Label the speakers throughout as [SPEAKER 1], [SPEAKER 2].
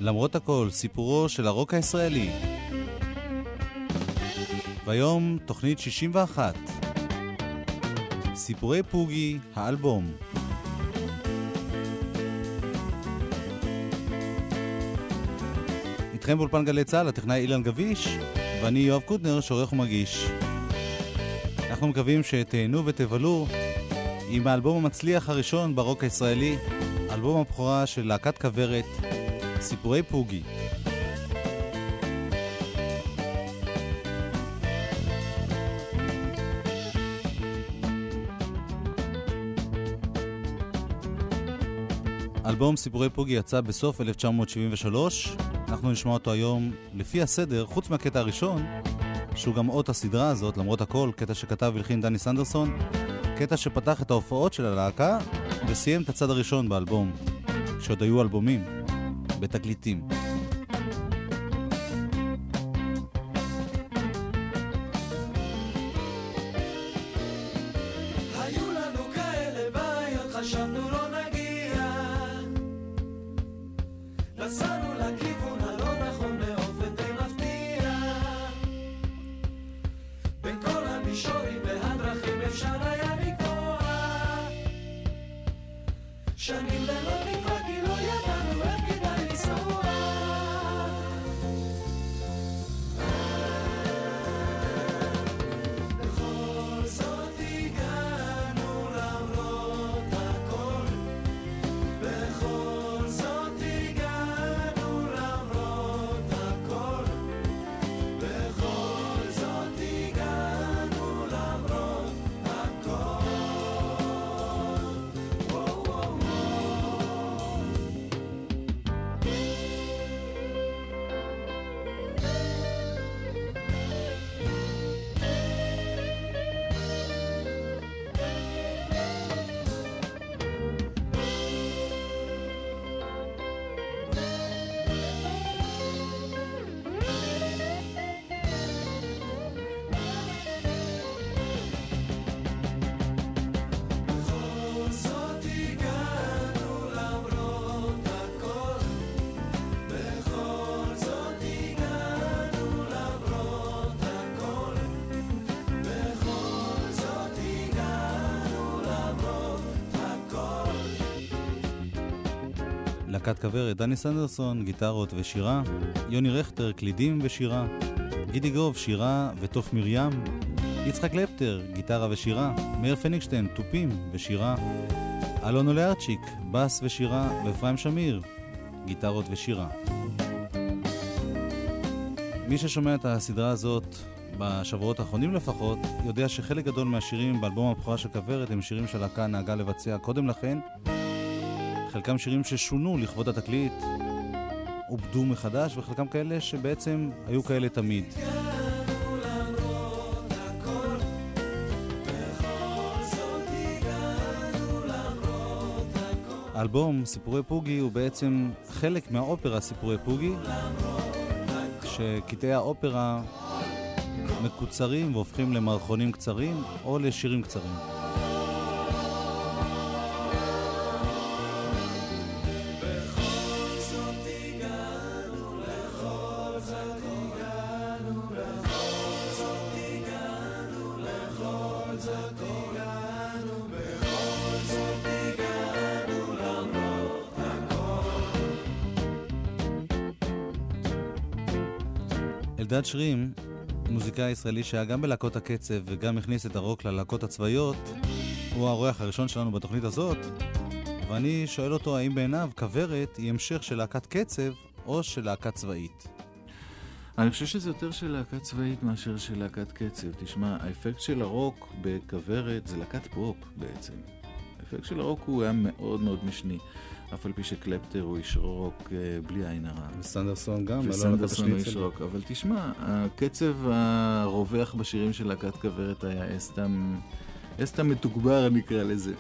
[SPEAKER 1] למרות הכל, סיפורו של הרוק הישראלי. והיום תוכנית 61. סיפורי פוגי, האלבום. איתכם באולפן גלי צהל, הטכנאי אילן גביש, ואני יואב קוטנר, שעורך ומגיש. אנחנו מקווים שתהנו ותבלו עם האלבום המצליח הראשון ברוק הישראלי, אלבום הבכורה של להקת כוורת, סיפורי פוגי. אלבום סיפורי פוגי יצא בסוף 1973. אנחנו נשמע אותו היום לפי הסדר, חוץ מהקטע הראשון, שהוא גם אות הסדרה הזאת, למרות הכל, קטע שכתב ולחין דני סנדרסון, קטע שפתח את ההופעות של הלהקה וסיים את הצד הראשון באלבום, כשעוד היו אלבומים בתקליטים.
[SPEAKER 2] היו לנו כאלה בעיות, חשבנו לא נגיע, נסענו לכיוון הלא נכון באופן די מפתיע, בין כל המישורים והדרכים אפשר היה לקבוע שנים ללא תקווה, כי לא ידענו איך כדאי לנסוע. בכל זאת הגענו למרות הכל, בכל זאת הגענו למרות הכל, בכל זאת הגענו למרות הכל. וואו וואו בכל זאת הגענו למרות הכל, בכל זאת הגענו למרות הכל, בכל זאת הגענו למרות הכל.
[SPEAKER 1] להקת כוורת, דני סנדרסון, גיטרות ושירה, יוני רכטר, קלידים ושירה, גידי גוב, שירה וטוף מרים, יצחק לפטר, גיטרה ושירה, מאיר פניגשטיין, טופים ושירה, אלון אולארצ'יק, בס ושירה, ואפרים שמיר, גיטרות ושירה. מי ששומע את הסדרה הזאת בשבועות האחרונים לפחות, יודע שחלק גדול מהשירים באלבום הבכורה של כוורת הם שירים שהלהקה נהגה לבצע קודם לכן, חלקם שירים ששונו לכבוד התקליט, עובדו מחדש, וחלקם כאלה שבעצם היו כאלה תמיד.
[SPEAKER 2] הגענו למרות הכל, בכל זאת הגענו למרות הכל,
[SPEAKER 1] האלבום סיפורי פוגי הוא בעצם חלק מהאופרה סיפורי פוגי, שקטעי האופרה מקוצרים והופכים למערכונים קצרים או לשירים קצרים.
[SPEAKER 2] בכל זאת הגענו, לכל זאת הגענו, בכל זאת הגענו, לכל זאת הגענו, בכל זאת הגענו למרות הכל.
[SPEAKER 1] אלדד שרים, מוזיקאי ישראלי שהיה גם בלהקות הקצב וגם הכניס את הרוק ללהקות הצבאיות, הוא האורח הראשון שלנו בתוכנית הזאת, ואני שואל אותו האם בעיניו כוורת היא המשך של להקת קצב או של להקת צבאית.
[SPEAKER 3] אני חושב שזה יותר של להקת צבאית מאשר של להקת קצב. תשמע, האפקט של הרוק בכוורת זה להקת פופ בעצם. האפקט של הרוק הוא היה מאוד מאוד משני. אף על פי שקלפטר הוא איש רוק בלי עין הרע.
[SPEAKER 1] וסנדרסון גם,
[SPEAKER 3] וסנדרסון הוא איש רוק. אבל תשמע, הקצב הרווח בשירים של להקת כוורת היה אסתם מתוגבר נקרא לזה.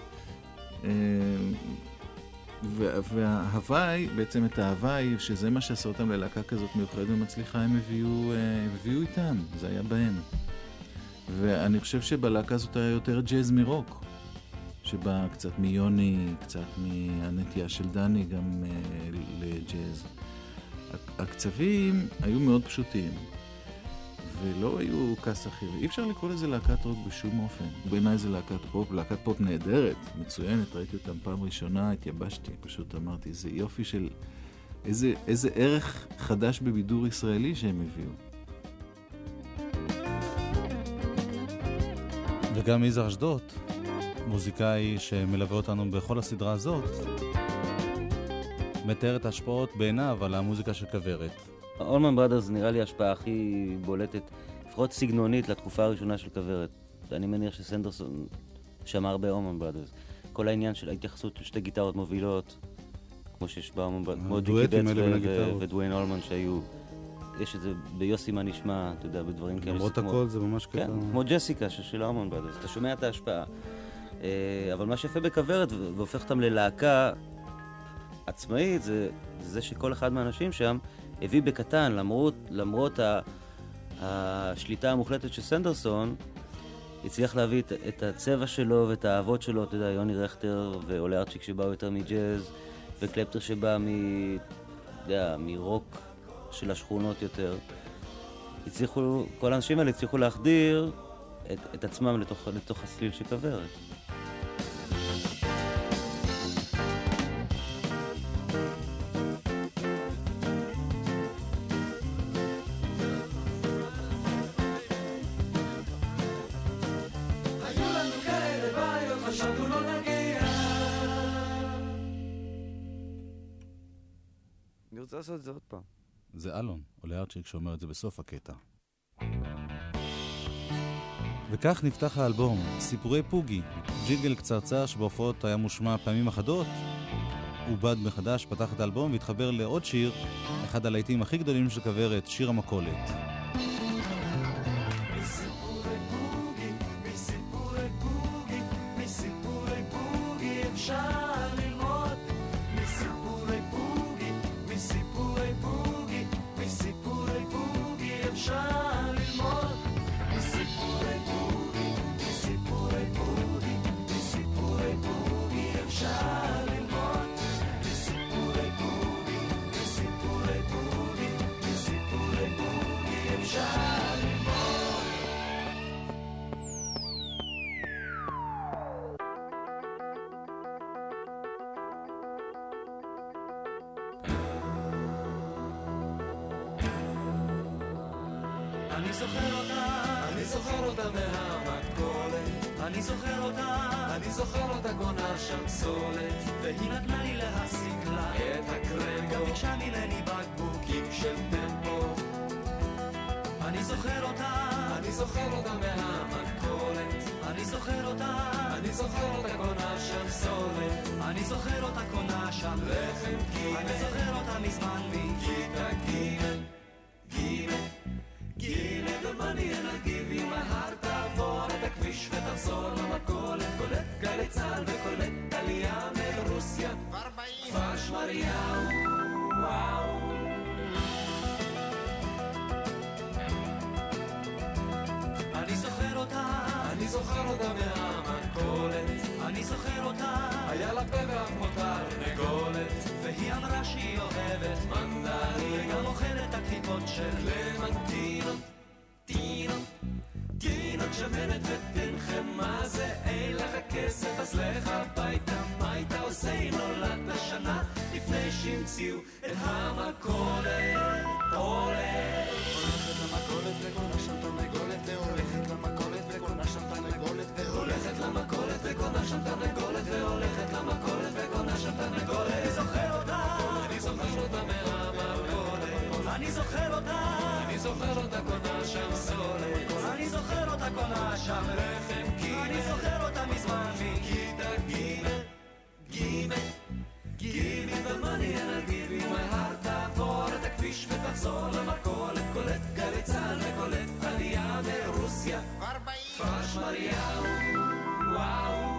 [SPEAKER 3] וההוואי, בעצם את ההוואי, שזה מה שעשה אותם ללהקה כזאת מיוחדת ומצליחה, הם הביאו איתם, זה היה בהם. ואני חושב שבלהקה הזאת היה יותר ג'אז מרוק, שבא קצת מיוני, קצת מהנטייה של דני גם לג'אז. הקצבים היו מאוד פשוטים, ולא היו כס אחר. אי אפשר לקרוא לזה להקת רוק בשום אופן. בעיניי זה להקת פופ נהדרת, מצוינת, ראיתי אותם פעם ראשונה, התייבשתי, פשוט אמרתי, זה יופי של איזה ערך חדש בבידור ישראלי שהם הביאו.
[SPEAKER 1] וגם יזהר אשדוד, מוזיקאי שמלווה אותנו בכל הסדרה הזאת, מתאר את ההשפעות בעיניו על המוזיקה של כוורת.
[SPEAKER 4] אולמן בראדרס נראה לי ההשפעה הכי בולטת, לפחות סגנונית לתקופה הראשונה של כוורת. אני מניח שסנדרסון שמע הרבה אולמן בראדרס. כל העניין של ההתייחסות לשתי גיטרות מובילות, כמו שיש באולמן בראדרס, כמו דיקי בטס ודוויין אולמן שהיו, יש את זה ביוסי מה נשמע, אתה יודע, בדברים כאלה.
[SPEAKER 1] למרות הכל זה ממש
[SPEAKER 4] כן, כמו ג'סיקה של אולמן בראדרס, אתה שומע את ההשפעה. אבל מה שיפה בכוורת והופך אותם ללהקה עצמאית, זה שכל אחד מהאנשים שם הביא בקטן, למרות השליטה המוחלטת של סנדרסון, הצליח להביא את הצבע שלו ואת האהבות שלו, אתה יודע, יוני רכטר ואולי ארצ'יק שבאו יותר מג'אז, וקלפטר שבא מרוק של השכונות יותר. כל האנשים האלה הצליחו להחדיר את עצמם לתוך הסליל של כוורת. אני רוצה לעשות את זה עוד פעם.
[SPEAKER 1] זה אלון, עולה ארצ'יק שאומר את זה בסוף הקטע. וכך נפתח האלבום, סיפורי פוגי, ג'ינגל קצרצר שבהופעות היה מושמע פעמים אחדות, עובד מחדש, פתח את האלבום והתחבר לעוד שיר, אחד הלהיטים הכי גדולים של כוורת, שיר המכולת.
[SPEAKER 2] אני זוכר אותה מהמתכולת, אני זוכר אותה גונה שם סולת, והיא נתנה לי להסיק לה את הקרמבו, גם ביקשה ממני בקבוקים של טמפו. אני זוכר אותה מהמתכולת, אני זוכר אותה גונה שם סולת, אני זוכר אותה קונה שם לחם גימל, אני זוכר אותה מזמן מכיתה גימל. The money and I'll give you my heart. תעבור את הכביש ותחזור למכולת, קולט גלי צהל וקולט עלייה מרוסיה, כפר שמריהו. וואו, אני זוכר אותה מהמכולת, אני זוכר אותה, היה לה פה ואף מותר נגולת, והיא אמרה שהיא אוהבת מנדרים, וגם אוכלת את הקליפות של קלמנטינות, גינות שמנת ותנחם, מה זה אין לך כסף אז לך הביתה, מה היית עושה אם נולדת שנה לפני שהמציאו את המכולת? הולכת למכולת וקונה שם תרנגולת, והולכת למכולת וקונה שם תרנגולת, והולכת למכולת וקונה שם תרנגולת, והולכת למכולת וקונה שם תרנגולת. אני זוכר אותה מהמכולת, אני זוכר אותה קונה שם סולת, אני זוכר אותה קונה שם לחם גימל, אני זוכר אותה מזמן מכיתה גימל. The money and I'll give you my heart. תעבור את הכביש ותחזור למכולת, קולט גלי צהל וקולט עלייה מרוסיה, כפר שמריהו. וואו,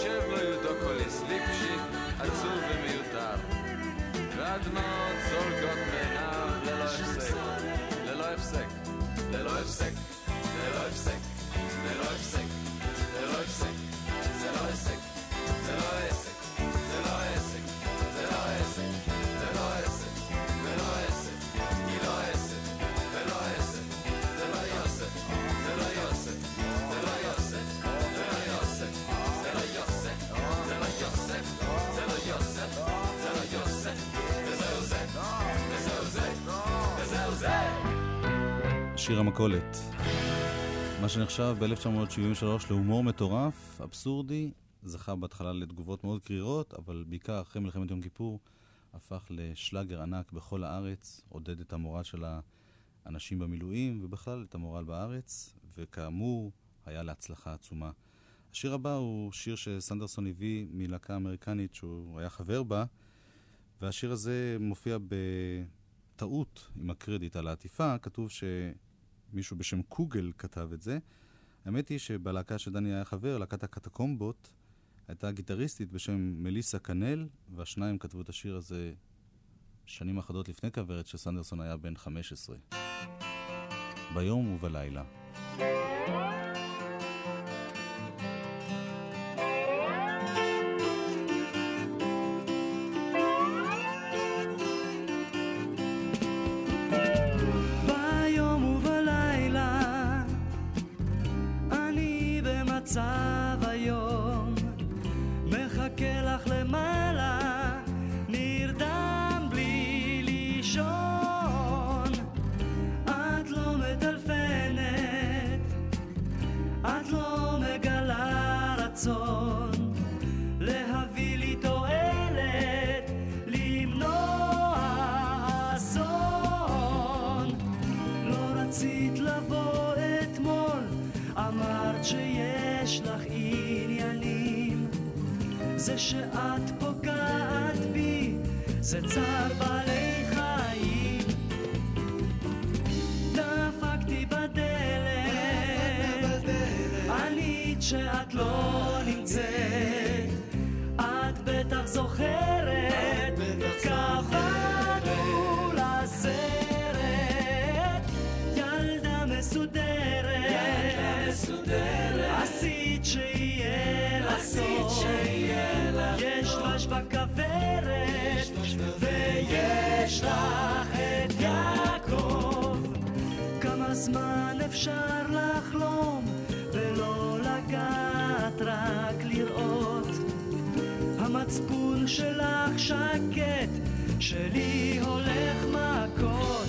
[SPEAKER 3] יושב לו יודוקוליס ליפשיט עצוב ומיותר והדמעות זולגות מעיניו ללא הפסק ללא הפסק ללא הפסק ללא הפסק ללא הפסק ללא הפסק זה לא עסק זה לא עסק זה לא עסק זה לא עסק זה לא עסק זה לא עסק היא לא עסק זה לא עסק זה לא יוסף זה לא יוסף זה לא יוסף זה לא יוסף זה לא יוסף זה לא יוסף זה לא יוסף זה לא יוסף וזהו זה וזהו זה וזהו זה
[SPEAKER 1] שיר המכולת, מה שנחשב ב-1973 להומור מטורף, אבסורדי, זכה בהתחלה לתגובות מאוד קרירות, אבל בעיקר אחרי מלחמת יום כיפור הפך לשלאגר ענק בכל הארץ, עודד את המורל של האנשים במילואים ובכלל את המורל בארץ, וכאמור היה להצלחה עצומה. השיר הבא הוא שיר שסנדרסון הביא מלהקה אמריקנית שהוא היה חבר בה, והשיר הזה מופיע בטעות עם הקרדיט על העטיפה, כתוב שמישהו בשם קוגל כתב את זה. האמת היא שבלהקה שדני היה חבר, להקת הקטקומבות, הייתה גיטריסטית בשם מליסה קנל, והשניים כתבו את השיר הזה שנים אחדות לפני כוורת שסנדרסון היה בן 15. ביום ובלילה.
[SPEAKER 2] מצב היום מחכה לך למעלה נרדם בלי לישון את לא מטלפנת את לא מגלה רצון להביא לי תועלת למנוע אסון לא רצית לבוא אתמול אמרת שיש לך עניינים זה שאת פוגעת בי זה צער בעלי חיים דפקתי בדלת ענית שאת לא נמצאת את בטח זוכרת קבענו לסרט ילדה מסודרת עשית שיהיה לך סוף יש דבש בכוורת ויש לך את יעקב כמה זמן אפשר לחלום ולא לגעת רק לראות המצפון שלך שקט שלי הולך מכות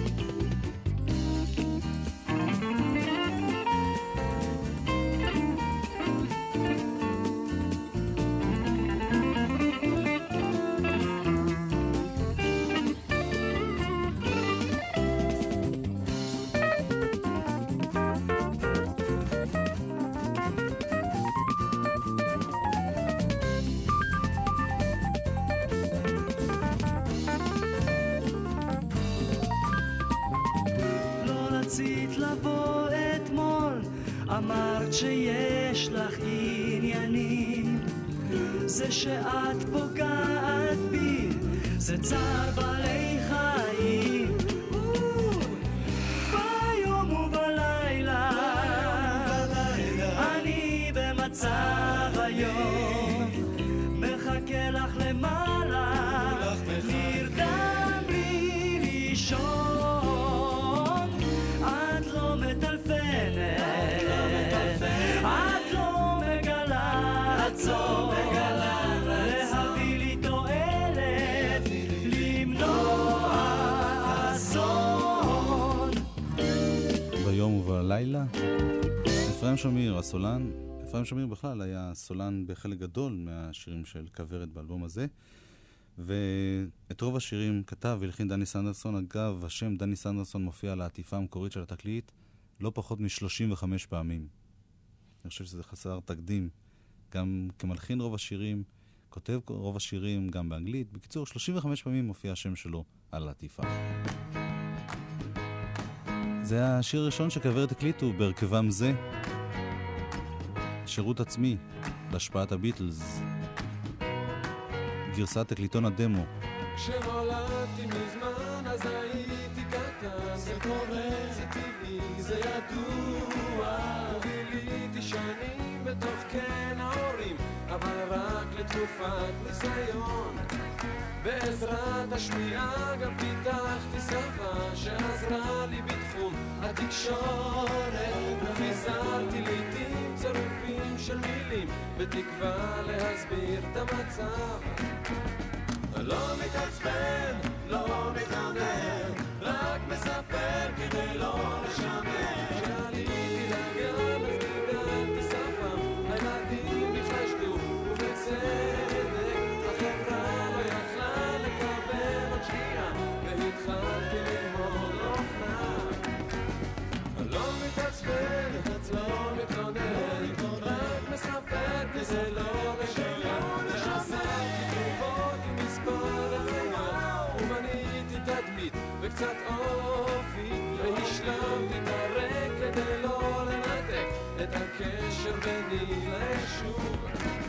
[SPEAKER 2] לבוא אתמול אמרת שיש לך עניינים זה שאת פוגעת בי זה צער בעלי חיים ביום ובלילה אני במצב היום מחכה לך למעלה נרדם בלי לישון את לא מגלה רצון להביא לי תועלת למנוע אסון
[SPEAKER 1] ביום ובלילה. אפרים שמיר, הסולן, אפרים שמיר בכלל היה סולן בחלק גדול מהשירים של כוורת באלבום הזה, ואת רוב השירים כתב והלחין דני סנדרסון. אגב, השם דני סנדרסון מופיע על העטיפה המקורית של התקליט לא פחות מ-35 פעמים. אני חושב שזה חסר תקדים. גם כמלחין רוב השירים, כותב רוב השירים גם באנגלית. בקיצור, 35 פעמים מופיע השם שלו על העטיפה. זה השיר הראשון שכוורת הקליטו בהרכבם זה. שירות עצמי. להשפעת הביטלס. גרסת תקליטון הדמו.
[SPEAKER 2] כשנולדתי מזמן אז הייתי קטן, זה קורה, זה טבעי, זה ידוע, וביליתי שנים בתוך קן ההורים, אבל רק לתקופת ניסיון. בעזרת השמיעה גם פיתחתי שפה שעזרה לי בתחום התקשורת, ופיזרתי לעתים צירופים של מילים בתקווה להסביר את המצב. לא מתעצבן, לא מתענן, רק מספר כדי לא לשמר. כשעליתי לגן אז גידלתי שפה, הילדים יחשדו ובצדק, החברה לא יכלה לקבל עוד שנייה, והתחלתי ללמוד אופנה. לא מתעצבן, לא מתענן, רק מספר כדי לא לשמר. וקצת אופי, והשלמתי את הרק כדי לא לנתק את הקשר ביני לישוב.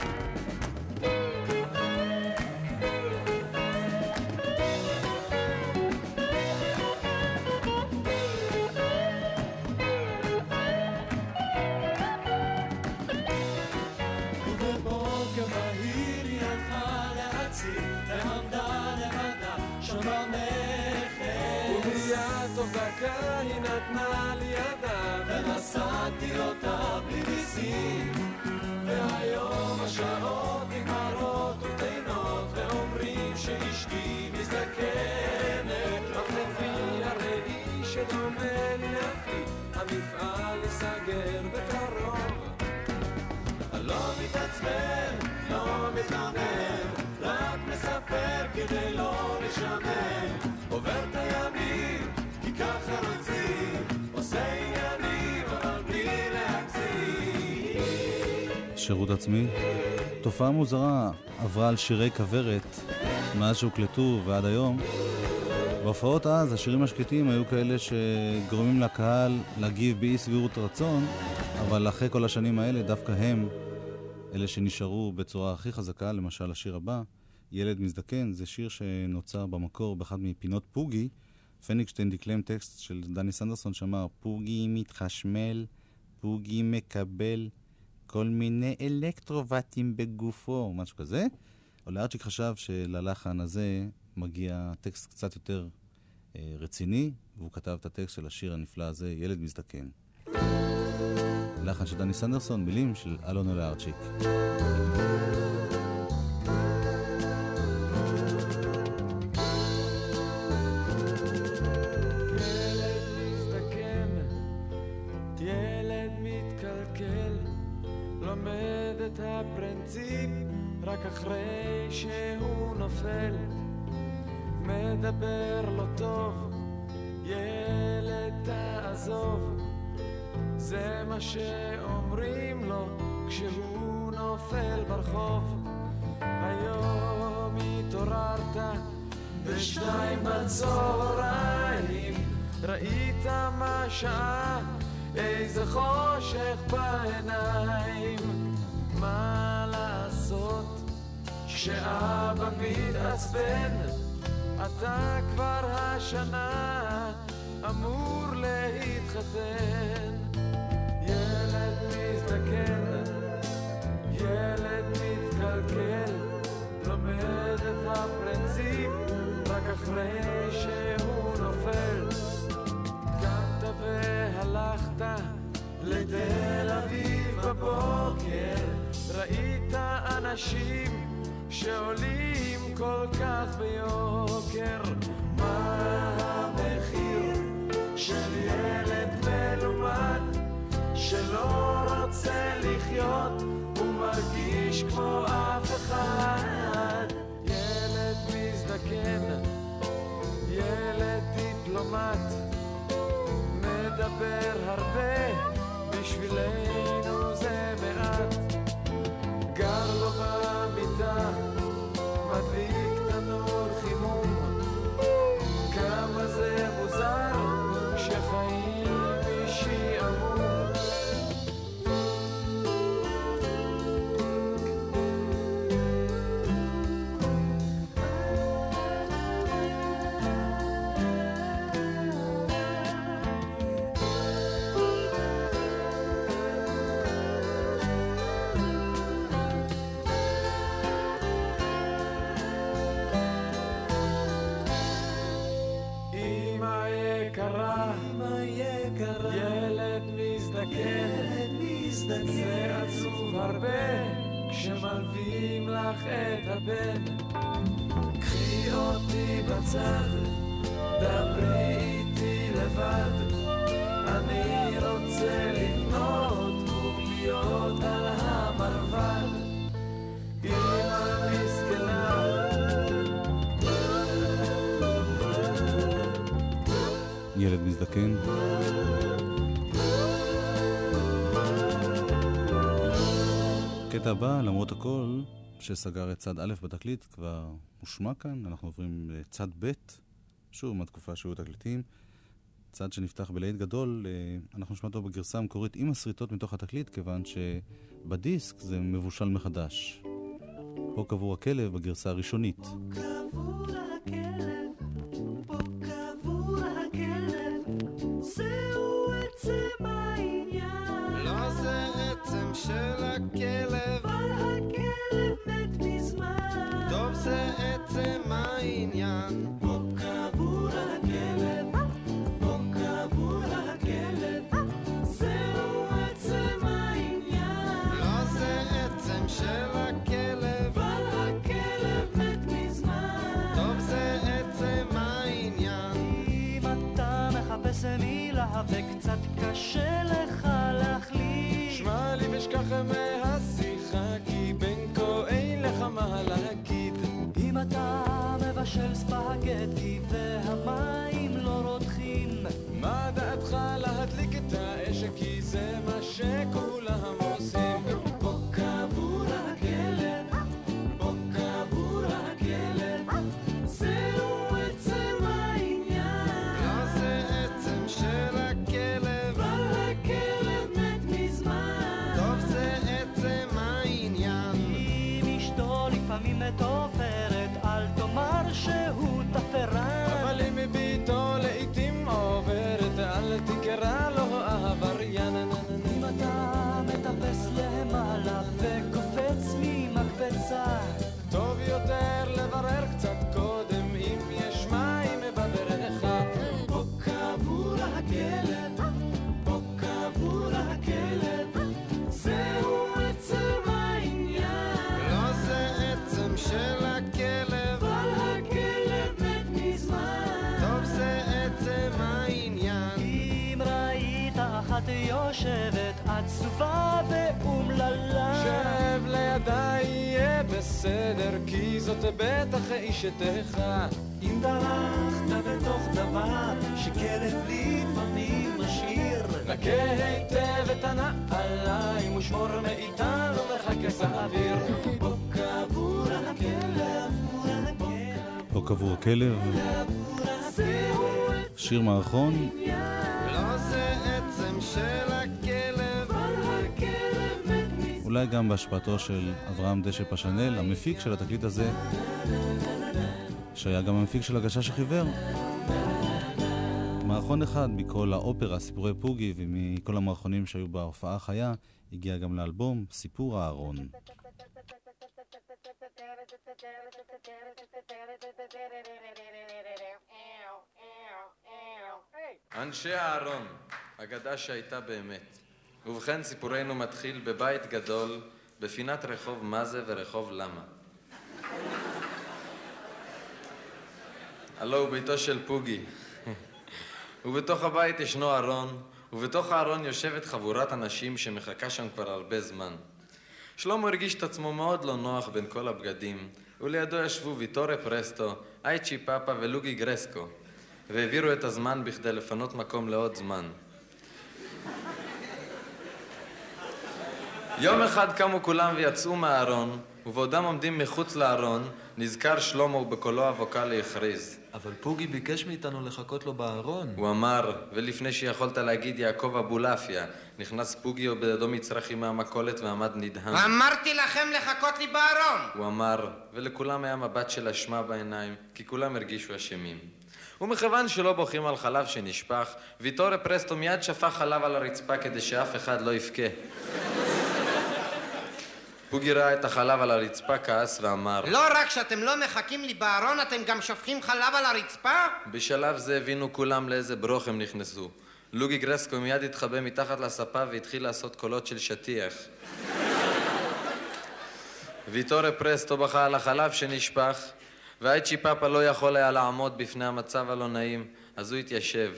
[SPEAKER 2] ובבוקר בהיר היא הלכה להציל, ועמדה לבדה שם טוב דקה היא נתנה לי ידה, ונסעתי אותה בלי ניסים. והיום השעות נגמרות וטעינות, ואומרים שאשתי מזדקנת, אך לפי הראי שדומה לי לפי המפעל יסגר בקרוב. לא מתעצבן, לא מתלונן, רק מספר כדי לא לשמר. עובר את הימים כי ככה רוצים, עושה עניינים אבל בלי להגזים.
[SPEAKER 1] שירות עצמי. תופעה מוזרה עברה על שירי כוורת מאז שהוקלטו ועד היום. בהופעות אז השירים השקטים היו כאלה שגורמים לקהל להגיב באי סבירות רצון, אבל אחרי כל השנים האלה דווקא הם אלה שנשארו בצורה הכי חזקה. למשל השיר הבא, ילד מזדקן, זה שיר שנוצר במקור באחד מפינות פוגי. פניקשטיין דקלם טקסט של דני סנדרסון שאמר, פוגי מתחשמל, פוגי מקבל כל מיני אלקטרובטים בגופו, משהו כזה. אבל ארצ'יק חשב שללחן הזה מגיע טקסט קצת יותר רציני, והוא כתב את הטקסט של השיר הנפלא הזה, ילד מזדקן. לחן של דני סנדרסון, מילים של אלון ארצ'יק.
[SPEAKER 2] הפרינציפ רק אחרי שהוא נופל, מדבר לא טוב, ילד תעזוב, זה מה שאומרים לו כשהוא נופל ברחוב. היום התעוררת בשתיים בצהריים, ראית מה שעה, איזה חושך בעיניים. מה לעשות כשאבא מתעצבן, אתה כבר השנה אמור להתחתן. ילד מזדקן, ילד מתקלקל, לומד את הפרינציפ רק אחרי שהוא נופל. קמת והלכת לתל אביב בבוקר, ראית אנשים שעולים כל כך ביוקר. מה המחיר של ילד מלומד שלא רוצה לחיות ומרגיש כמו אף אחד? ילד מזדקן, ילד דיפלומט, מדבר הרבה, בשבילנו זה מעט. גר לו במיטה, מדליק תנור חימום, כמה זה מוזר כשחיים בשעמום. פותחים לך את הבן, קחי אותי בצד, דברי איתי לבד, אני רוצה לבנות קוביות על המרבד, אמא מסכנה.
[SPEAKER 1] ילד מזדקן. קטע הבא, למרות הכל, שסגר את צד א' בתקליט, כבר מושמע כאן. אנחנו עוברים לצד ב', שוב מהתקופה שהיו תקליטים. צד שנפתח בלהיט גדול, אנחנו נשמע אותו בגרסה המקורית עם הסריטות מתוך התקליט, כיוון שבדיסק זה מבושל מחדש. פה קבור הכלב בגרסה הראשונית.
[SPEAKER 2] לא זה עצם של הכלב, אבל הכלב מת מזמן. טוב זה עצם העניין. פה קבור הכלב, פה קבור הכלב, זהו עצם העניין. לא זה עצם של הכלב, אבל הכלב מת מזמן. טוב זה עצם העניין. אם אתה מחפש מילה וקצת קשה לך להחליט, שמע לי ושכח מהשיחה, כי בין כה אין לך מה להגיד. אם אתה מבשל ספגטי והמים לא רותחים, מה דעתך להדליק את האש, כי זה מה שכולם עושים. פה קבור הכלב, פה קבור הכלב, זהו עצם העניין. לא זה עצם של הכלב, אבל הכלב מת מזמן. טוב זה עצם העניין. אם אשתו לפעמים מתופרת, אל תאמר שהוא תפרן, אבל אם ביתו לעתים עוברת, אל תקרא לו עבריין. אם אתה מטפס למעלה וקופץ ממקפצה, טוב יותר לברר קצת קודם אם יש מים בבריכה. פה קבור הכלב, פה קבור הכלב, זהו עצם העניין. לא זה עצם של הכלב, אבל הכלב מת מזמן. טוב זה עצם העניין. אם ראית אחת יושבת עצובה ואומללה, שב לידה יהיה בסדר, כי זאת בטח אשתך. אם דרכת בתוך דבר שכלב לפעמים משאיר, נקה היטב את הנעליים ושמור מאיתנו מחכס האוויר. פה קבור הכלב,
[SPEAKER 1] פה קבור הכלב, שיר מערכון.
[SPEAKER 2] לא זה עצם של הכלב, אבל הכלב מת מזמן.
[SPEAKER 1] אולי גם בהשפעתו של אברהם דשא פשנל, המפיק של התקליט הזה, שהיה גם המפיק של הגשש החיוור. מערכון אחד מכל האופרה, סיפורי פוגי, ומכל המערכונים שהיו בהופעה החיה, הגיע גם לאלבום סיפור הארון.
[SPEAKER 5] אנשי הארון, אגדה שהייתה באמת. ובכן, סיפורנו מתחיל בבית גדול, בפינת רחוב מה זה ורחוב למה. הלו הוא ביתו של פוגי. ובתוך הבית ישנו ארון, ובתוך הארון יושבת חבורת אנשים שמחכה שם כבר הרבה זמן. שלמה הרגיש את עצמו מאוד לא נוח בין כל הבגדים, ולידו ישבו ויטורי פרסטו, אייצ'י פאפה ולוגי גרסקו, והעבירו את הזמן בכדי לפנות מקום לעוד זמן. יום אחד קמו כולם ויצאו מהארון, ובעודם עומדים מחוץ לארון, נזכר שלמה ובקולו הווקלי הכריז.
[SPEAKER 6] אבל פוגי ביקש מאיתנו לחכות לו בארון.
[SPEAKER 5] הוא אמר, ולפני שיכולת להגיד יעקב אבולעפיה, נכנס פוגי ובידו מצרחי מהמכולת ועמד נדהם.
[SPEAKER 7] אמרתי לכם לחכות לי בארון!
[SPEAKER 5] הוא אמר, ולכולם היה מבט של אשמה בעיניים, כי כולם הרגישו אשמים. ומכיוון שלא בוכים על חלב שנשפך, ויטורי פרסטו מיד שפך חלב על הרצפה כדי שאף אחד לא יבכה. פוגי ראה את החלב על הרצפה, כעס ואמר,
[SPEAKER 7] לא רק שאתם לא מחכים לי בארון, אתם גם שופכים חלב על הרצפה?
[SPEAKER 5] בשלב זה הבינו כולם לאיזה ברוך הם נכנסו. לוגי גרסקו מיד התחבא מתחת לספה והתחיל לעשות קולות של שטיח. ויטורה פרסטו בכה על החלב שנשפך, והאיצ'י פאפה לא יכול היה לעמוד בפני המצב הלא נעים, אז הוא התיישב.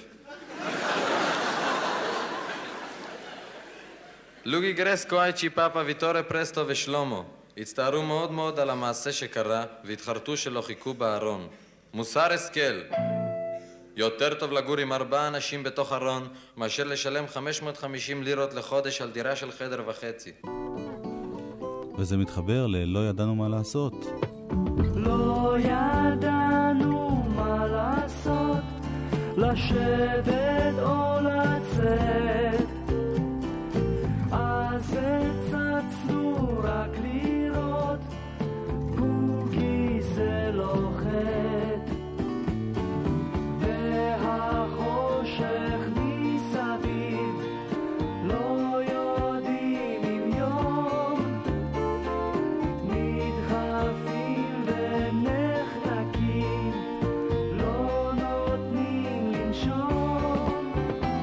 [SPEAKER 5] לוגי גרסקו, איצ'י פאפה, ויטורה פרסטו ושלומו הצטערו מאוד מאוד על המעשה שקרה והתחרטו שלא חיכו בארון. מוסר השכל, יותר טוב לגור עם 4 אנשים בתוך ארון מאשר לשלם 550 לירות לחודש על דירה של חדר וחצי.
[SPEAKER 1] וזה מתחבר ללא ידענו מה לעשות.
[SPEAKER 2] לא ידענו מה לעשות, לשבת או לצאת, אז הצצנו רק לראות, פוגי זה לא חטא, והחושך מסביב, לא יודעים אם יום, נדחפים ונחנקים, לא נותנים לנשום,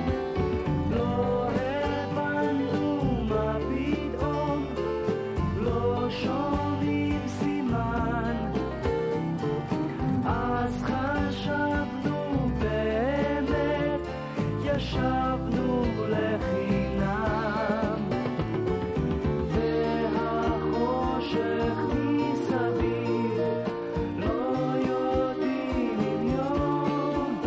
[SPEAKER 2] לא הבנו מה פתאום, לא שומעים סימן, אז חשבנו באמת, ישבנו לחינם, והחושך מסביב, לא יודעים אם יום,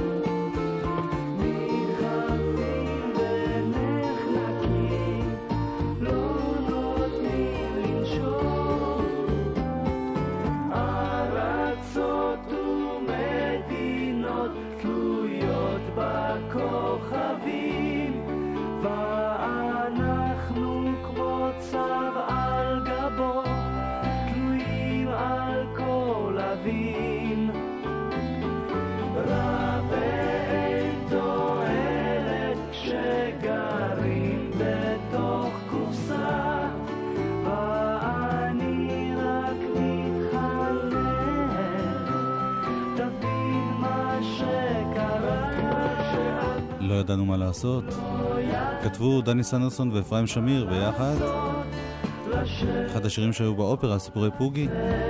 [SPEAKER 2] נדחפים ונחנקים, לא נותנים לנשום, ארצות ומדינות תלויות בכוכבים, ואנחנו כמו צב על גבו, תלויים על כל אבים. רע ואין תועלת כשגרים בתוך קופסה, ואני רק מתחלם, תבין מה שקרה,
[SPEAKER 1] לא ידענו מה לעשות. כתבו דני סנדרסון ואפרים שמיר ביחד. אחד השירים שהיו באופרה, סיפורי פוגי.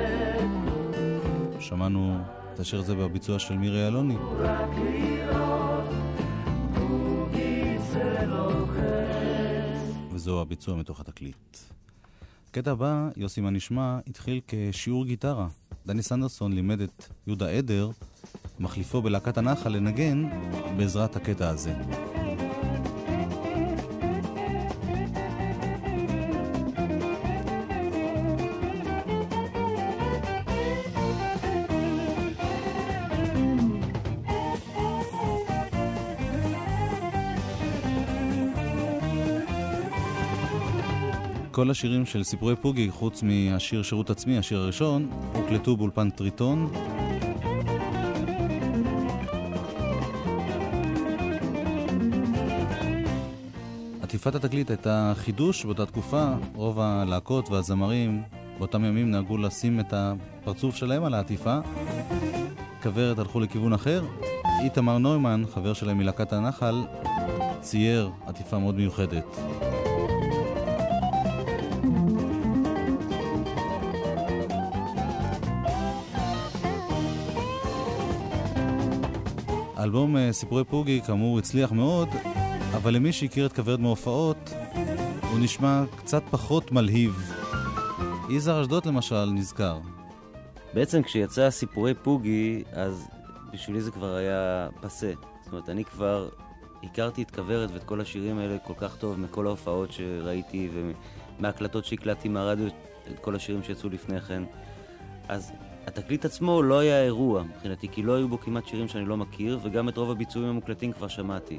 [SPEAKER 1] שמענו את השיר הזה בביצוע של מירי אלוני.
[SPEAKER 2] רק לראות, פוגי זה לא חץ.
[SPEAKER 1] וזהו הביצוע מתוך התקליט. קטע הבא, יוסי מה נשמע, התחיל כשיעור גיטרה. דני סנדרסון לימד את יהודה עדר, מחליפו בלהקת הנחל, לנגן בעזרת הקטע הזה. כל השירים של סיפורי פוגי, חוץ מהשיר שירות עצמי, השיר הראשון, הוקלטו באולפן טריטון. עטיפת התקליט הייתה חידוש באותה תקופה. רוב הלהקות והזמרים באותם ימים נהגו לשים את הפרצוף שלהם על העטיפה. כוורת הלכו לכיוון אחר. איתמר נוימן, חבר שלהם מלהקת הנחל, צייר עטיפה מאוד מיוחדת. האלבום סיפורי פוגי כאמור הצליח מאוד, אבל למי שהכיר את כוורת מהופעות, הוא נשמע קצת פחות מלהיב. יזהר אשדוד למשל נזכר.
[SPEAKER 4] בעצם כשיצא סיפורי פוגי, אז בשבילי זה כבר היה פסה. זאת אומרת, אני כבר הכרתי את כוורת ואת כל השירים האלה כל כך טוב מכל ההופעות שראיתי ומההקלטות שהקלטתי מהרדיו, את כל השירים שיצאו לפני כן. אז התקליט עצמו לא היה אירוע מבחינתי, כי לא היו בו כמעט שירים שאני לא מכיר, וגם את רוב הביצועים המוקלטים כבר שמעתי.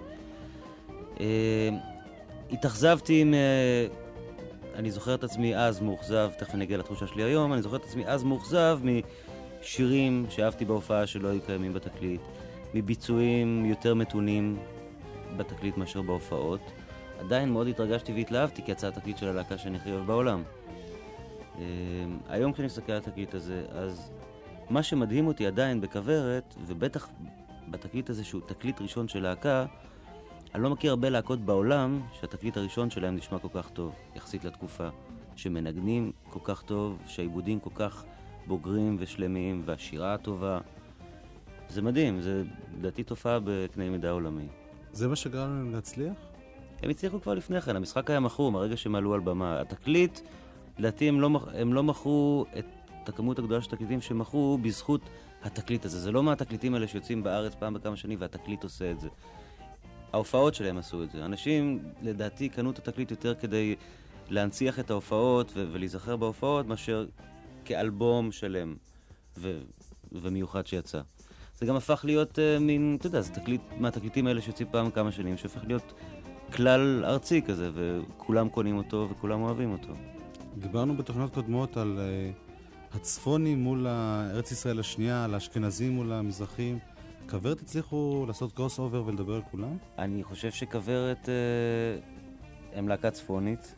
[SPEAKER 4] התאכזבתי אני זוכר את עצמי אז מאוכזב, תכף נגיע לתחושה שלי היום, אני זוכר את עצמי אז מאוכזב משירים שאהבתי בהופעה שלא היו קיימים בתקליט, מביצועים יותר מתונים בתקליט מאשר בהופעות. עדיין מאוד התרגשתי והתלהבתי כי יצא התקליט של הלהקה שאני הכי אוהב בעולם. היום כשאני מסתכל על התקליט הזה, אז מה שמדהים אותי עדיין בכוורת, ובטח בתקליט הזה שהוא תקליט ראשון של להקה, אני לא מכיר הרבה להקות בעולם שהתקליט הראשון שלהם נשמע כל כך טוב, יחסית לתקופה שמנגנים כל כך טוב, שהעיבודים כל כך בוגרים ושלמים, והשירה הטובה. זה מדהים, זה לדעתי תופעה בקנה מידה עולמי.
[SPEAKER 1] זה מה שגרם להם להצליח?
[SPEAKER 4] הם הצליחו כבר לפני כן, המשחק היה מכור מהרגע שהם עלו על במה. התקליט, לדעתי הם לא מכרו את הכמות הגדולה של תקליטים שמכרו בזכות התקליט הזה. זה לא מהתקליטים האלה שיוצאים בארץ פעם בכמה שנים והתקליט עושה את זה. ההופעות שלהם עשו את זה. אנשים, לדעתי, קנו את התקליט יותר כדי להנציח את ההופעות ולהיזכר בהופעות, מאשר כאלבום שלם ומיוחד שיצא. זה גם הפך להיות מין, אתה יודע, זה תקליט מהתקליטים האלה שיוצאים פעם בכמה שנים, שהפך להיות כלל ארצי כזה, וכולם קונים אותו וכולם אוהבים אותו.
[SPEAKER 1] דיברנו בתוכניות קודמות על הצפונים מול ארץ ישראל השנייה, על האשכנזים מול המזרחים. כוורת הצליחו לעשות קרוס אובר ולדבר על כולם?
[SPEAKER 4] אני חושב שכוורת הם להקה צפונית,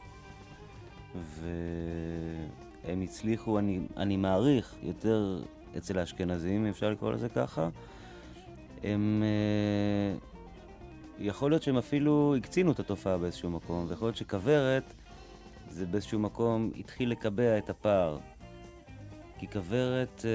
[SPEAKER 4] והם הצליחו, אני מעריך, יותר אצל האשכנזים, אפשר לקרוא לזה ככה. הם... יכול להיות שהם אפילו הקצינו את התופעה באיזשהו מקום, ויכול להיות שכוורת זה באיזשהו מקום התחיל לקבע את הפער. כי כוורת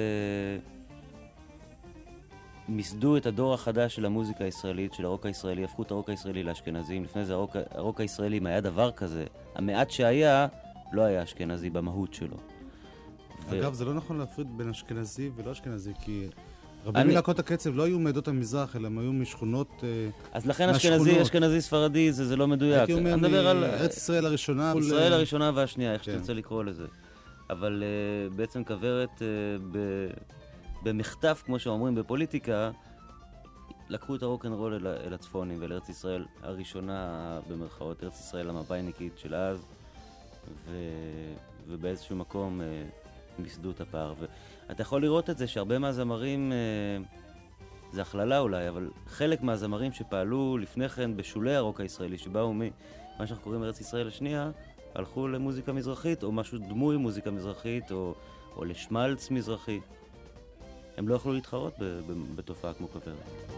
[SPEAKER 4] מסדו את הדור החדש של המוזיקה הישראלית, של הרוק הישראלי, הפכו את הרוק הישראלי לאשכנזים. לפני זה הרוק הישראלי, אם היה דבר כזה, המעט שהיה, לא היה אשכנזי במהות שלו.
[SPEAKER 1] אגב, זה לא נכון להפריד בין אשכנזי ולא אשכנזי, כי רבים מלהקות הקצב לא היו מעדות המזרח, אלא הם היו משכונות.
[SPEAKER 4] אז לכן אשכנזי ספרדי זה לא מדויק.
[SPEAKER 1] הייתי אומר מארץ ישראל הראשונה.
[SPEAKER 4] ישראל הראשונה והשנייה, איך שתרצה לקרוא לזה. אבל בעצם כוורת במחטף, כמו שאומרים בפוליטיקה, לקחו את הרוק'נ'רול אל הצפונים ולארץ ישראל הראשונה במרכאות, ארץ ישראל המבאיניקית של אז, ובאיזשהו מקום מסדו את הפער. ואתה יכול לראות את זה שהרבה מהזמרים, זה הכללה אולי, אבל חלק מהזמרים שפעלו לפני כן בשולי הרוק הישראלי, שבאו מה שאנחנו קוראים ארץ ישראל השנייה, הלכו למוזיקה מזרחית, או משהו דמוי מוזיקה מזרחית, או לשמלץ מזרחי. הם לא יכלו להתחרות בתופעה כמו כוורת.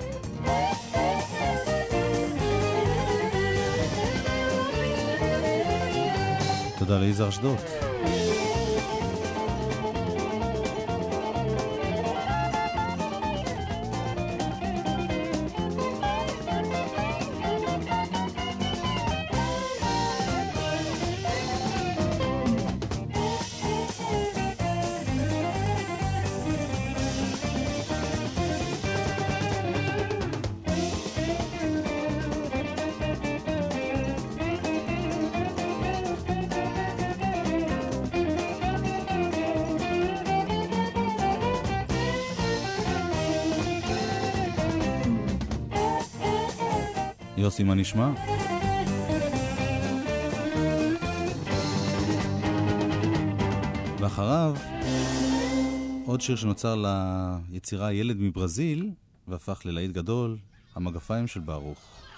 [SPEAKER 1] תודה ליזהר אשדוד. יוסי, מה נשמע? ואחריו עוד שיר שנוצר ליצירה ילד מברזיל והפך ללהיט גדול, המגפיים של ברוך.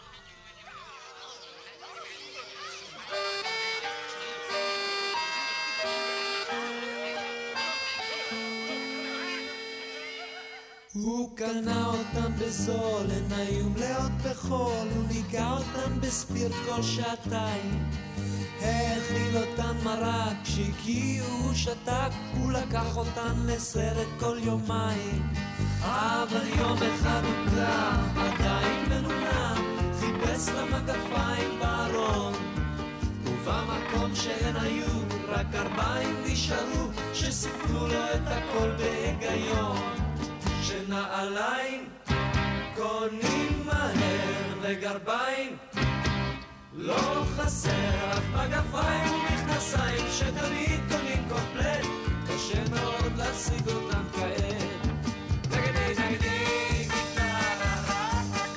[SPEAKER 2] הוא קנה אותם בזול, הן היו מלאות בחול, הוא ניגע אותם בספיר כל שעתיים, האכיל אותן מרק, כשהגיעו הוא שתק, הוא לקח אותן לסרט כל יומיים, אבל יום אחד הוא קרא, עדיין מנונה, חיפש למגפיים בארון, ובמקום שהן היו, רק 4 נשארו, שסיפרו לו את הכל בהיגיון. שנעליים קונים מהר וגרביים לא חסר, אף מגפיים ומכנסיים שתמיד קונים קומפלט, קשה מאוד להשיג אותם כעת. נגדי נגדי גיטרה,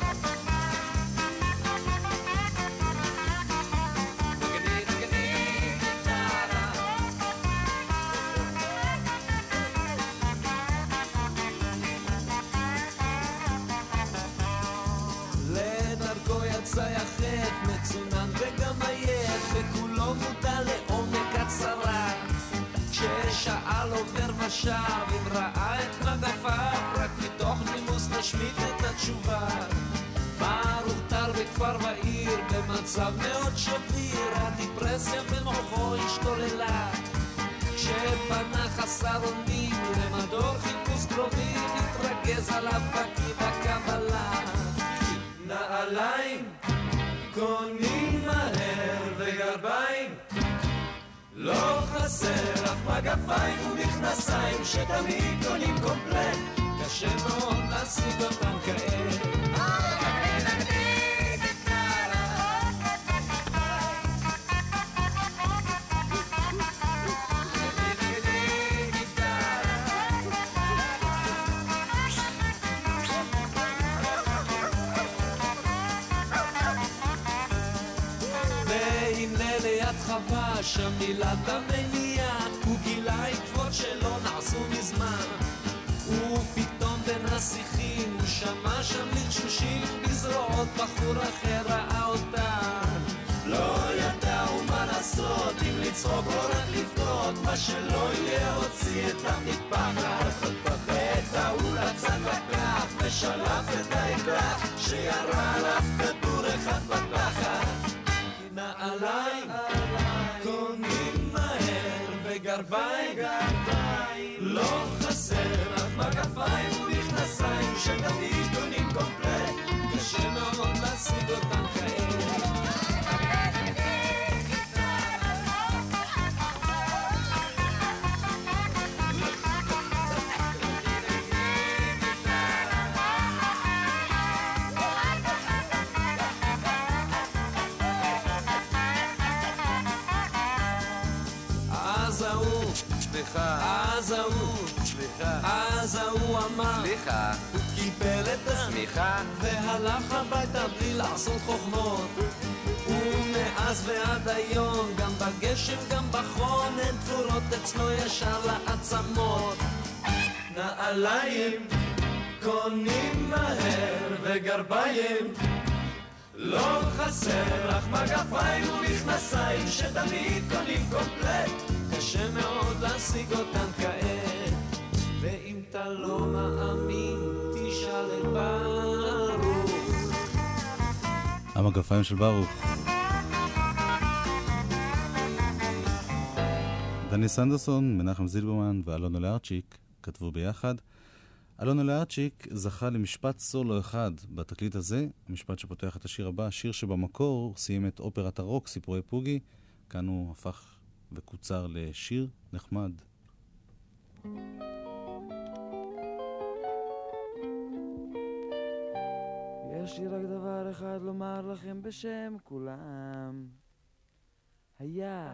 [SPEAKER 2] נגדי נגדי גיטרה, לדרכו יצא יחף, מצונן וגם עייף, וכולו מודע לעומק הצרה, כששאל עובר ושב, אם ראה את מגפיו, רק מתוך נימוס נשמיט את התשובה. ברוך תר בכפר ועיר, במצב מאוד שביר, הדיפרסיה במוחו השתוללה. כשפנה חסר אונים למדור חיפוש קרובים, התרכז עליו בקי בקבלה. נעליים קונים מהר וגרביים, לא חסר אף מגפיים ומכנסיים שתמיד קונים קומפלט, קשה מאוד להשיג אותם כעת. שם מילת המניעה, הוא גילה עקבות שלא נעשו מזמן, ופתאום בין השיחים הוא שמע שם לחשושים בזרועות, בחור אחר ראה אותה, לא ידעו מה לעשות, אם לצחוק או רק לבכות, מה שלא יהיה הוציא את המטפחת, את ההוא לצד לקח ושלף את האקדח שירה עליו כדור אחד בתחת. נעליים קונים מהר וגרביים, לא חסר אף מגפיים ומכנסיים שתמיד קונים קומפלט, קשה מאוד להשיג אותם כעת. אז ההוא אמר, סליחה, הוא קיבל את הסמיכה והלך הביתה בלי לעשות חוכמות, ומאז ועד היום גם בגשם גם בחון הן תפורות אצלו ישר לעצמות. נעליים קונים מהר וגרביים, לא חסר אך מגפיים ומכנסיים שתמיד קונים קומפלט, קשה מאוד להשיג אותם כעת. ואם אתה לא מאמין תשאל את ברוך.
[SPEAKER 1] המגפיים של ברוך. דני סנדרסון, מנחם זילברמן ואלונה לארצ'יק כתבו ביחד. אלונה לארצ'יק זכה למשפט סולו אחד בתקליט הזה, המשפט שפותח את השיר הבא, שיר שבמקור סיים את אופרת הרוק סיפורי פוגי, כאן הוא הפך וקוצר לשיר נחמד.
[SPEAKER 8] יש לי רק דבר אחד לומר לכם בשם כולם, היה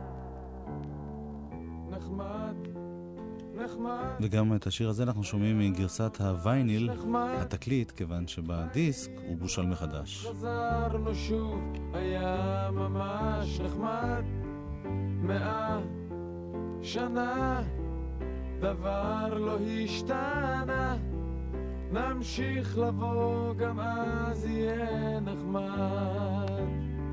[SPEAKER 8] נחמד, נחמד.
[SPEAKER 1] וגם את השיר הזה אנחנו שומעים מגרסת הווייניל, התקליט, כיוון שבדיסק הוא בושל מחדש.
[SPEAKER 8] חזרנו שוב, היה ממש נחמד, 100 שנה דבר לא השתנה, נמשיך לבוא גם אז יהיה נחמד,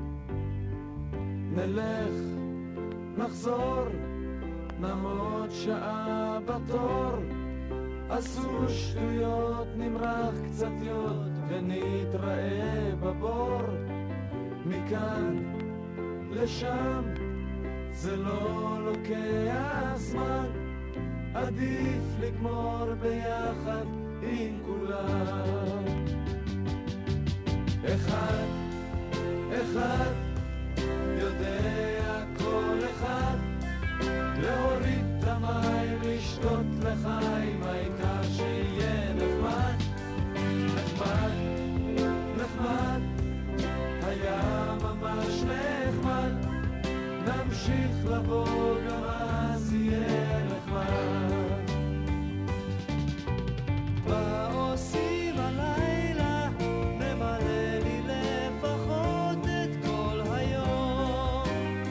[SPEAKER 8] נלך נחזור נעמוד שעה בתור, עשו שטויות נמרח קצת יוד ונתראה בבור, מכאן לשם זה לא לוקח זמן, עדיף לגמור ביחד עם כולם. אחד, אחד, יודע כל אחד, להוריד את המים, לשתות לחיים, העיקר שיהיה נחמד, נחמד, נחמד, היה ממש נחמד, נמשיך לבוא גם אז יהיה נחמד. מה עושים הלילה? נמלא לי לפחות את כל היום,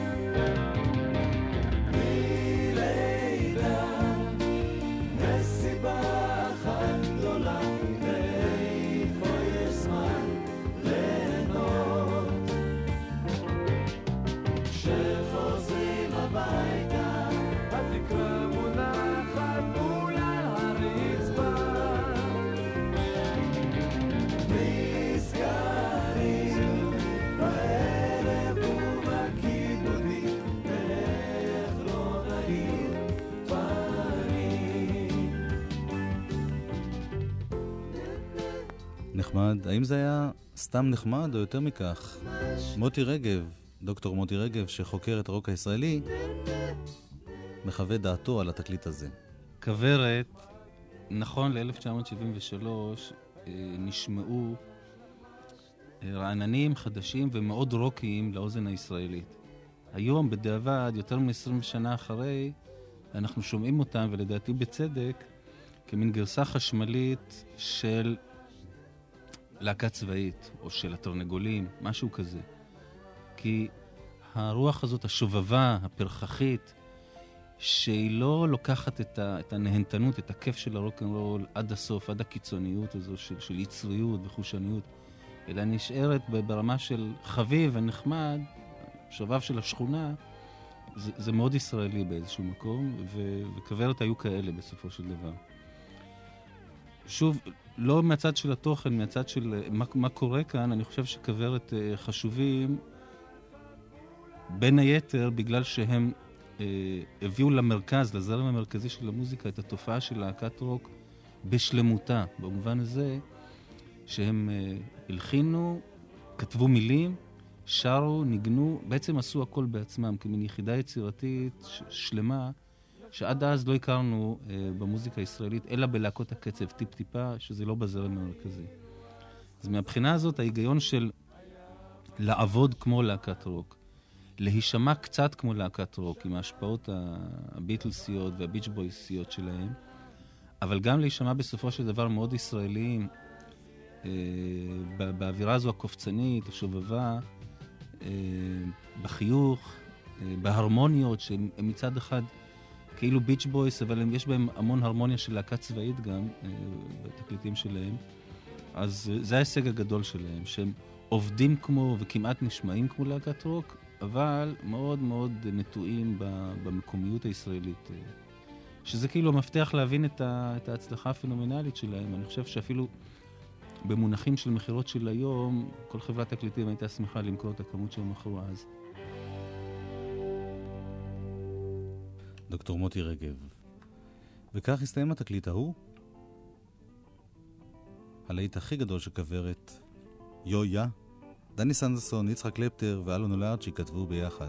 [SPEAKER 8] בלי לידה, מסיבה אחת גדולה, ואיפה יש זמן ליהנות, כשחוזרים הביתה
[SPEAKER 1] נחמד. האם זה היה סתם נחמד או יותר מכך? מוטי רגב, דוקטור מוטי רגב, שחוקר את הרוק הישראלי, מחווה דעתו על התקליט הזה.
[SPEAKER 9] כוורת, נכון ל-1973, נשמעו רעננים, חדשים ומאוד רוקיים לאוזן הישראלית. היום, בדיעבד, יותר מ-20 שנה אחרי, אנחנו שומעים אותם, ולדעתי בצדק, כמין גרסה חשמלית של להקה צבאית, או של התרנגולים, משהו כזה. כי הרוח הזאת, השובבה, הפרחחית, שהיא לא לוקחת את הנהנתנות, את הכיף של הרוק'נ'רול עד הסוף, עד הקיצוניות הזו של יצריות וחושניות, אלא נשארת ברמה של חביב ונחמד, שובב של השכונה, זה מאוד ישראלי באיזשהו מקום, וכוורת היו כאלה בסופו של דבר. שוב, לא מהצד של התוכן, מהצד של מה קורה כאן, אני חושב שכוורת חשובים, בין היתר בגלל שהם הביאו למרכז, לזרם המרכזי של המוזיקה, את התופעה של להקת רוק בשלמותה, במובן הזה שהם הלחינו, כתבו מילים, שרו, ניגנו, בעצם עשו הכל בעצמם, כמין יחידה יצירתית שלמה, שעד אז לא הכרנו במוזיקה הישראלית, אלא בלהקות הקצב טיפ-טיפה, שזה לא בזרם המרכזי. אז מהבחינה הזאת, ההיגיון של לעבוד כמו להקת רוק, להישמע קצת כמו להקת רוק, עם ההשפעות הביטלסיות והביץ' בויסיות שלהם, אבל גם להישמע בסופו של דבר מאוד ישראליים, באווירה הזו הקופצנית, השובבה, בחיוך, בהרמוניות, שהם מצד אחד כאילו ביץ' בויס, אבל יש בהם המון הרמוניה של להקה צבאית גם, בתקליטים שלהם. אז זה ההישג הגדול שלהם, שהם עובדים כמו וכמעט נשמעים כמו להקת רוק, אבל מאוד מאוד נטועים במקומיות הישראלית, שזה כאילו המפתח להבין את ההצלחה הפנומנלית שלהם. אני חושב שאפילו במונחים של מחירות של היום, כל חברת תקליטים הייתה שמחה למכור את הכמות שהם מכרו אז.
[SPEAKER 1] דוקטור מוטי רגב. וכך הסתיים התקליט ההוא. הלהיט הכי גדול של כוורת, יויה, דני סנדרסון, יצחק קלפטר ואלון אולארצ'י כתבו ביחד.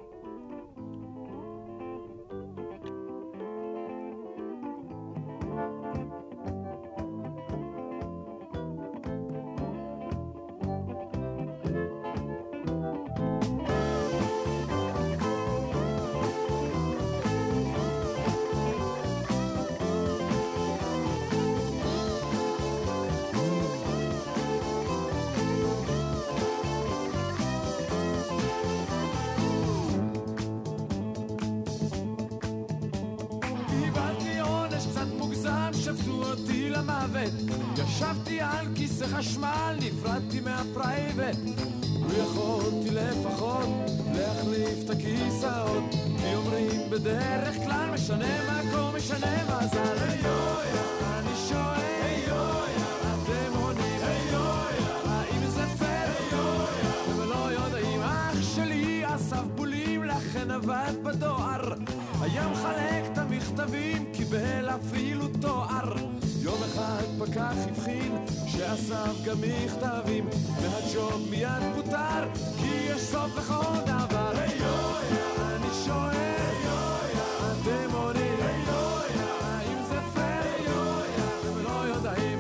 [SPEAKER 2] ישבתי על כיסא חשמל, נפרדתי מהפרייבט, ויכולתי לפחות להחליף את הכיסאות, כי אומרים בדרך כלל משנה מקום, משנה מזל. היויה, אני שואל, היויה, אתם עונים, היויה, האם זה פייר? היויה, אתם לא יודעים, אח שלי אסף בולים, לכן עבד בדואר, היה מחלק את המכתבים, קיבל אפילו תואר. יום אחד פקח הבחין שאסף גם מכתבים, והג'וב מיד פוטר, כי יש סוף לכל דבר. היויה, אני שואל, היויה, אתם עונים, היויה, האם זה פייר? היויה, אתם לא יודעים.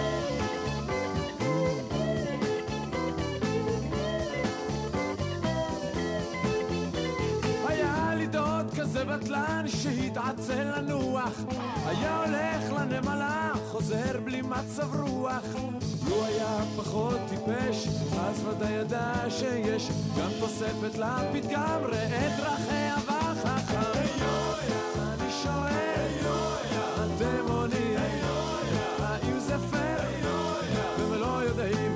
[SPEAKER 2] היה לי דוד כזה בטלן שהתעצל לנוח, היה הולך לנמלה, חוזר בלי מצב רוח. לו היה פחות טיפש, אז ודאי ידע שיש גם תוספת לפתגם, ראה דרכיה וחכם. היויה, אני שואל, היויה, אתם עונים, היויה, האם זה פייר? היויה, אתם לא יודעים.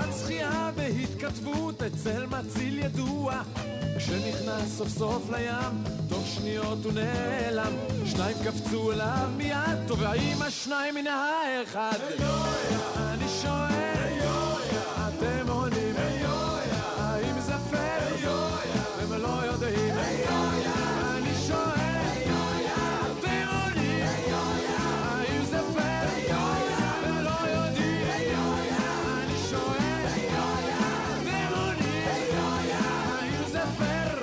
[SPEAKER 2] שחייה בהתכתבות אצל מציל ידוע, כשנכנס סוף סוף לים, תוך שניות הוא נעלם. שניים קפצו אליו מיד, טובעים השניים מן האחד. אני שואל, אתם עונים, האם זה פייר? הם לא יודעים. אני שואל, אתם עונים, האם זה פייר? הם לא יודעים. אני שואל, אתם עונים, האם זה פייר?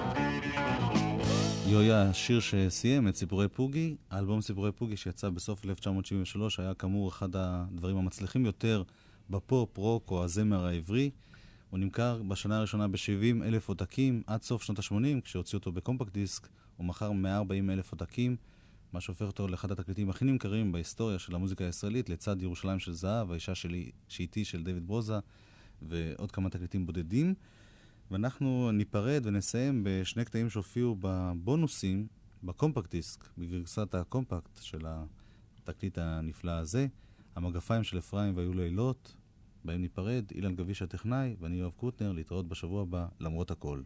[SPEAKER 1] יויה, שיר שסיים את סיפורי פוגי. האלבום סיפורי פוגי שיצא בסוף 1973 היה כאמור אחד הדברים המצליחים יותר בפופ, רוק או הזמר העברי. הוא נמכר בשנה הראשונה ב-70,000 עותקים עד סוף שנות ה-80, כשהוציא אותו בקומפקט דיסק הוא מכר 140,000 עותקים, מה שהופך אותו לאחד התקליטים הכי נמכרים בהיסטוריה של המוזיקה הישראלית, לצד ירושלים של זהב, האישה שלי שאיתי של דיוויד ברוזה ועוד כמה תקליטים בודדים. ואנחנו ניפרד ונסיים בשני קטעים שהופיעו בבונוסים בקומפקט דיסק, בגרסת הקומפקט של התקליט הנפלא הזה. המגפיים של אפרים והיו לילות, בהם ניפרד. אילן גביש הטכנאי ואני יואב קוטנר, להתראות בשבוע הבא למרות הכל.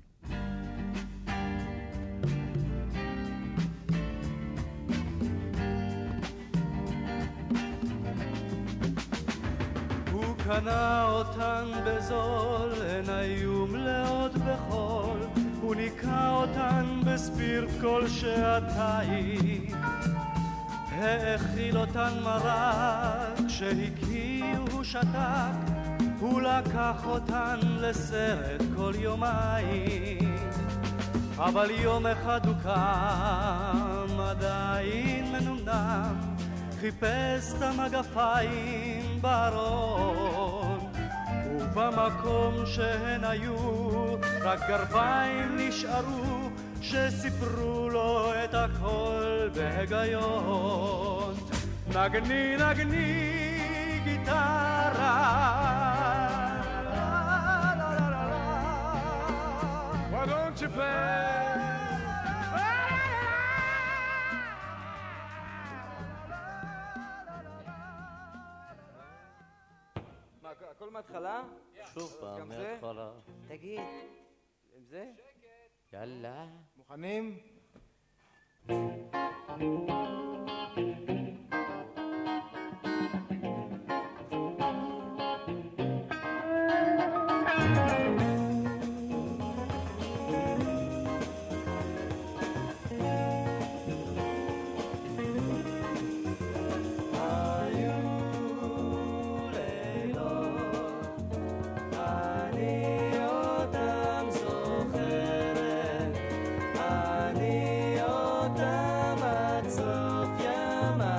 [SPEAKER 2] הוא קנה אותן בזול, הן איום לעוד בחול, הוא ניקה אותן בספיר כל שעתיים, האכיל אותן מרק, כשהקיא הוא שתק, הוא לקח אותן לסרט כל יומיים, אבל יום אחד הוא קם עדיין מנומנם, חיפש את המגפיים בארון, ובמקום שהן היו רק גרביים נשארו, שסיפרו לו את הכל בהיגיון. נגני נגני גיטרה, why don't you play?
[SPEAKER 8] הכל מההתחלה?
[SPEAKER 4] שוב פעם, מההתחלה.
[SPEAKER 8] תגיד, עם זה?
[SPEAKER 4] יאללה.
[SPEAKER 8] מוכנים?
[SPEAKER 2] אני אותם עד סוף ימיי.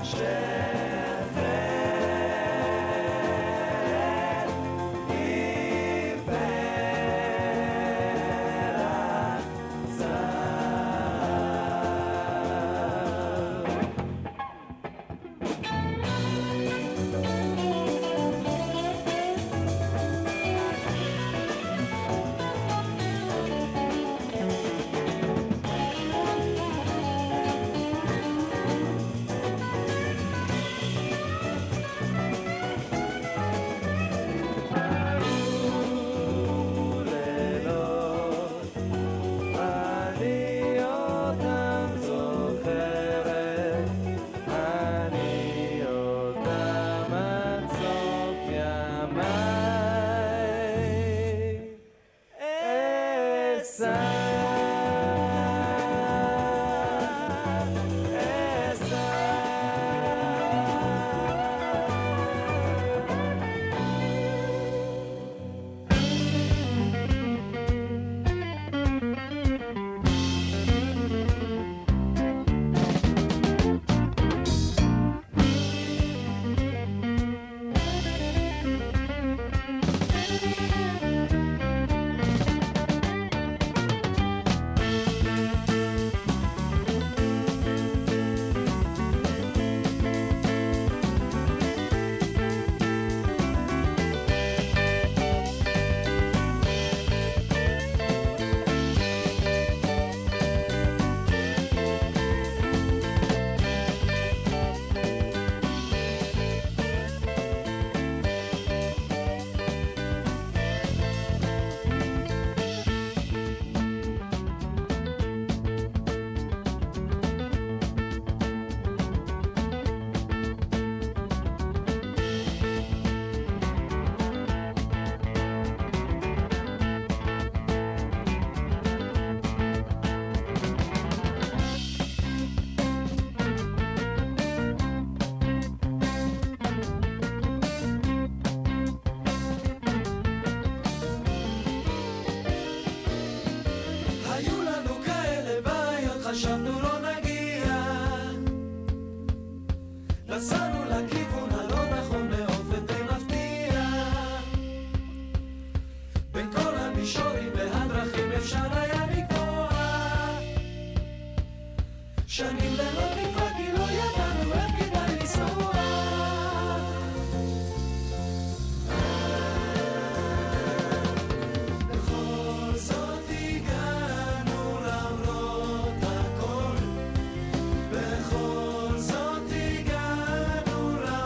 [SPEAKER 2] בכל זאת הגענו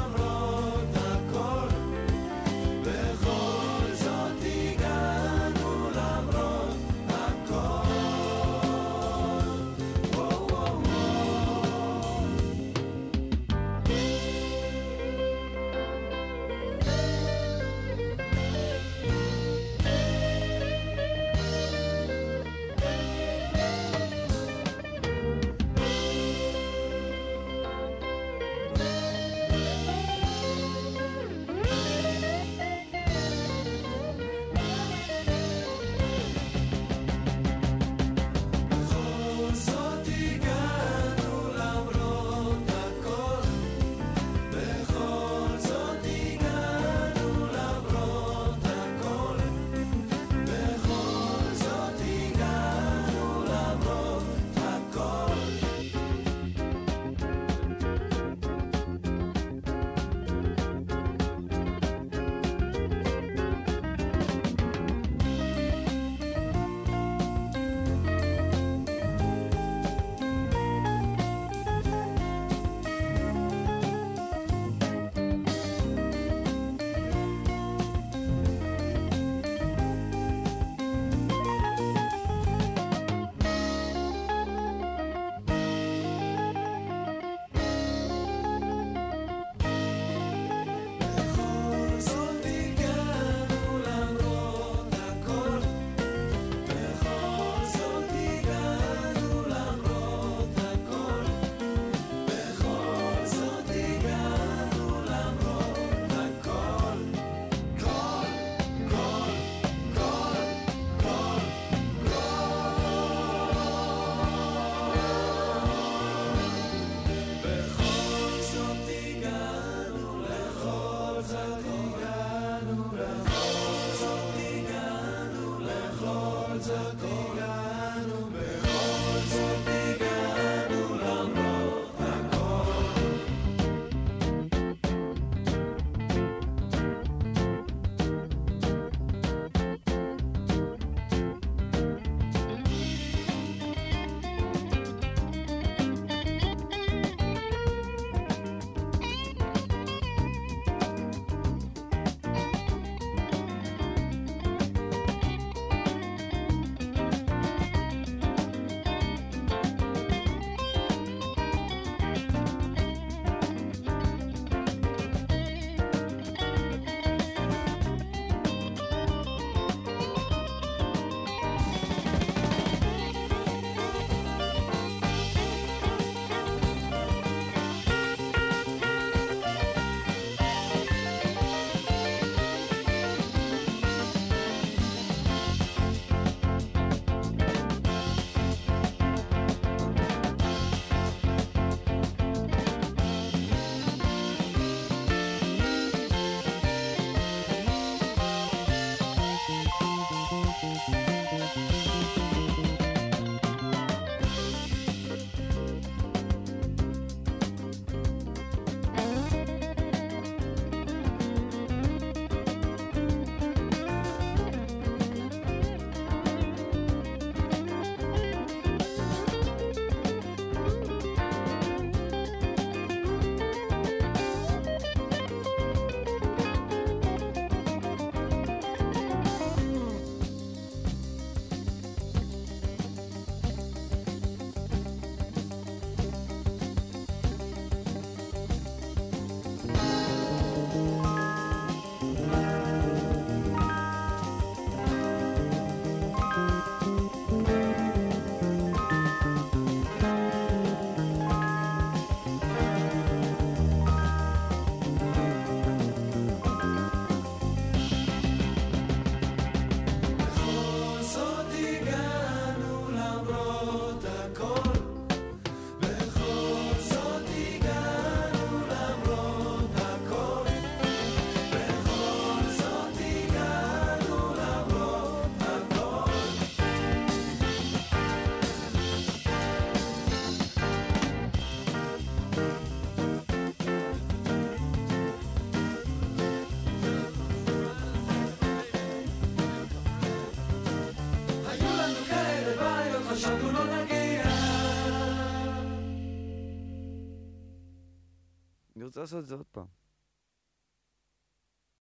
[SPEAKER 8] רוצה לעשות את זה עוד פעם.